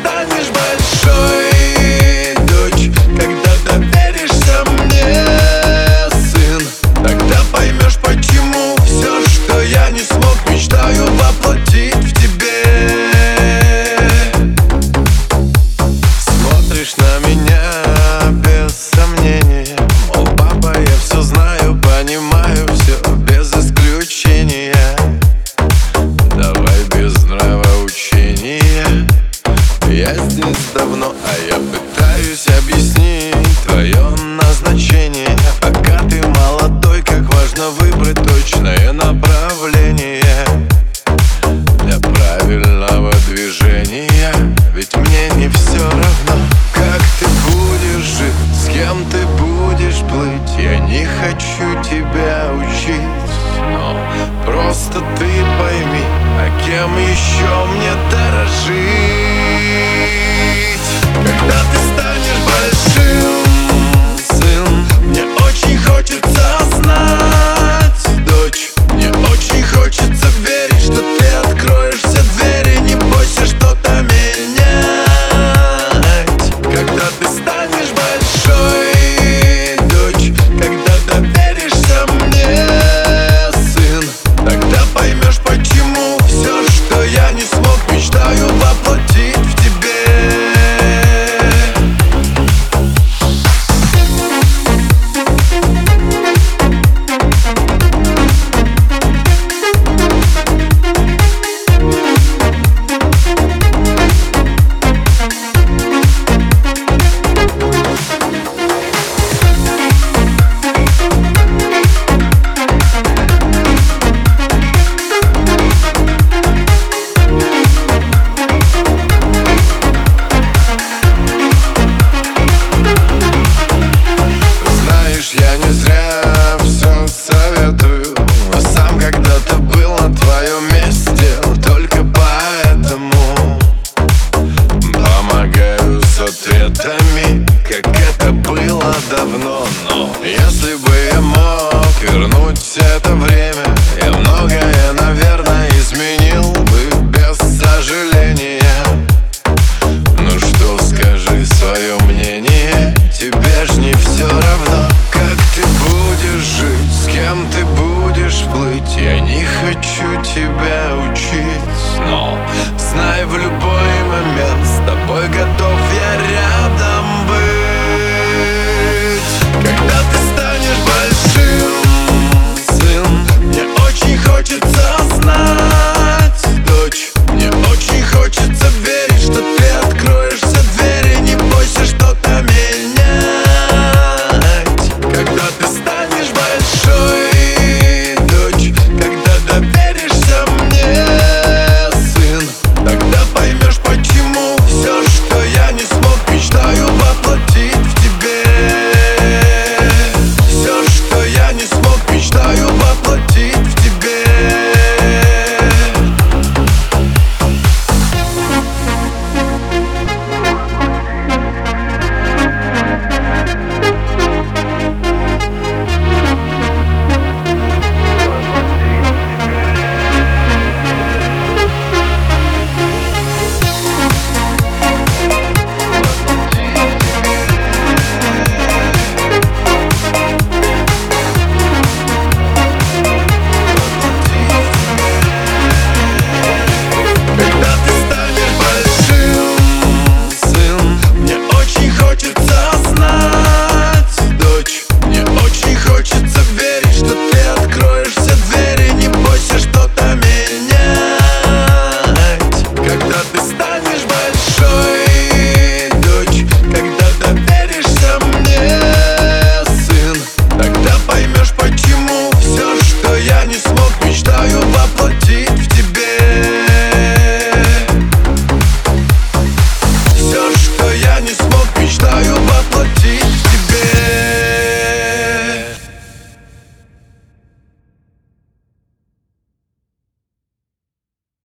станешь большой, дочь, когда доверишься мне, сын, тогда поймешь, почему все, что я не смог, мечтаю воплотить в тебе. Смотришь на меня без сомнения, о, папа, я все знаю, понимаю все без исключения. Давай без нравоучения. Я здесь давно, а я пытаюсь объяснить твое назначение. Пока ты молодой, как важно выбрать точное направление для правильного движения. Ведь мне не все равно, как ты будешь жить, с кем ты будешь плыть. Я не хочу тебя учить, но просто ты пойми, а кем еще мне дорожить. Когда ты станешь большим, сын, мне очень хочется знать, дочь, мне очень хочется верить, что ты откроешь все двери, не бойся что-то менять. Когда ты станешь большой, дочь, когда доверишься мне, сын, тогда поймешь, почему все, что я не смог, мечтаю воплотить в тебе. Я не зря все советую, а сам когда-то был на твоем месте. Только поэтому помогаю с ответами.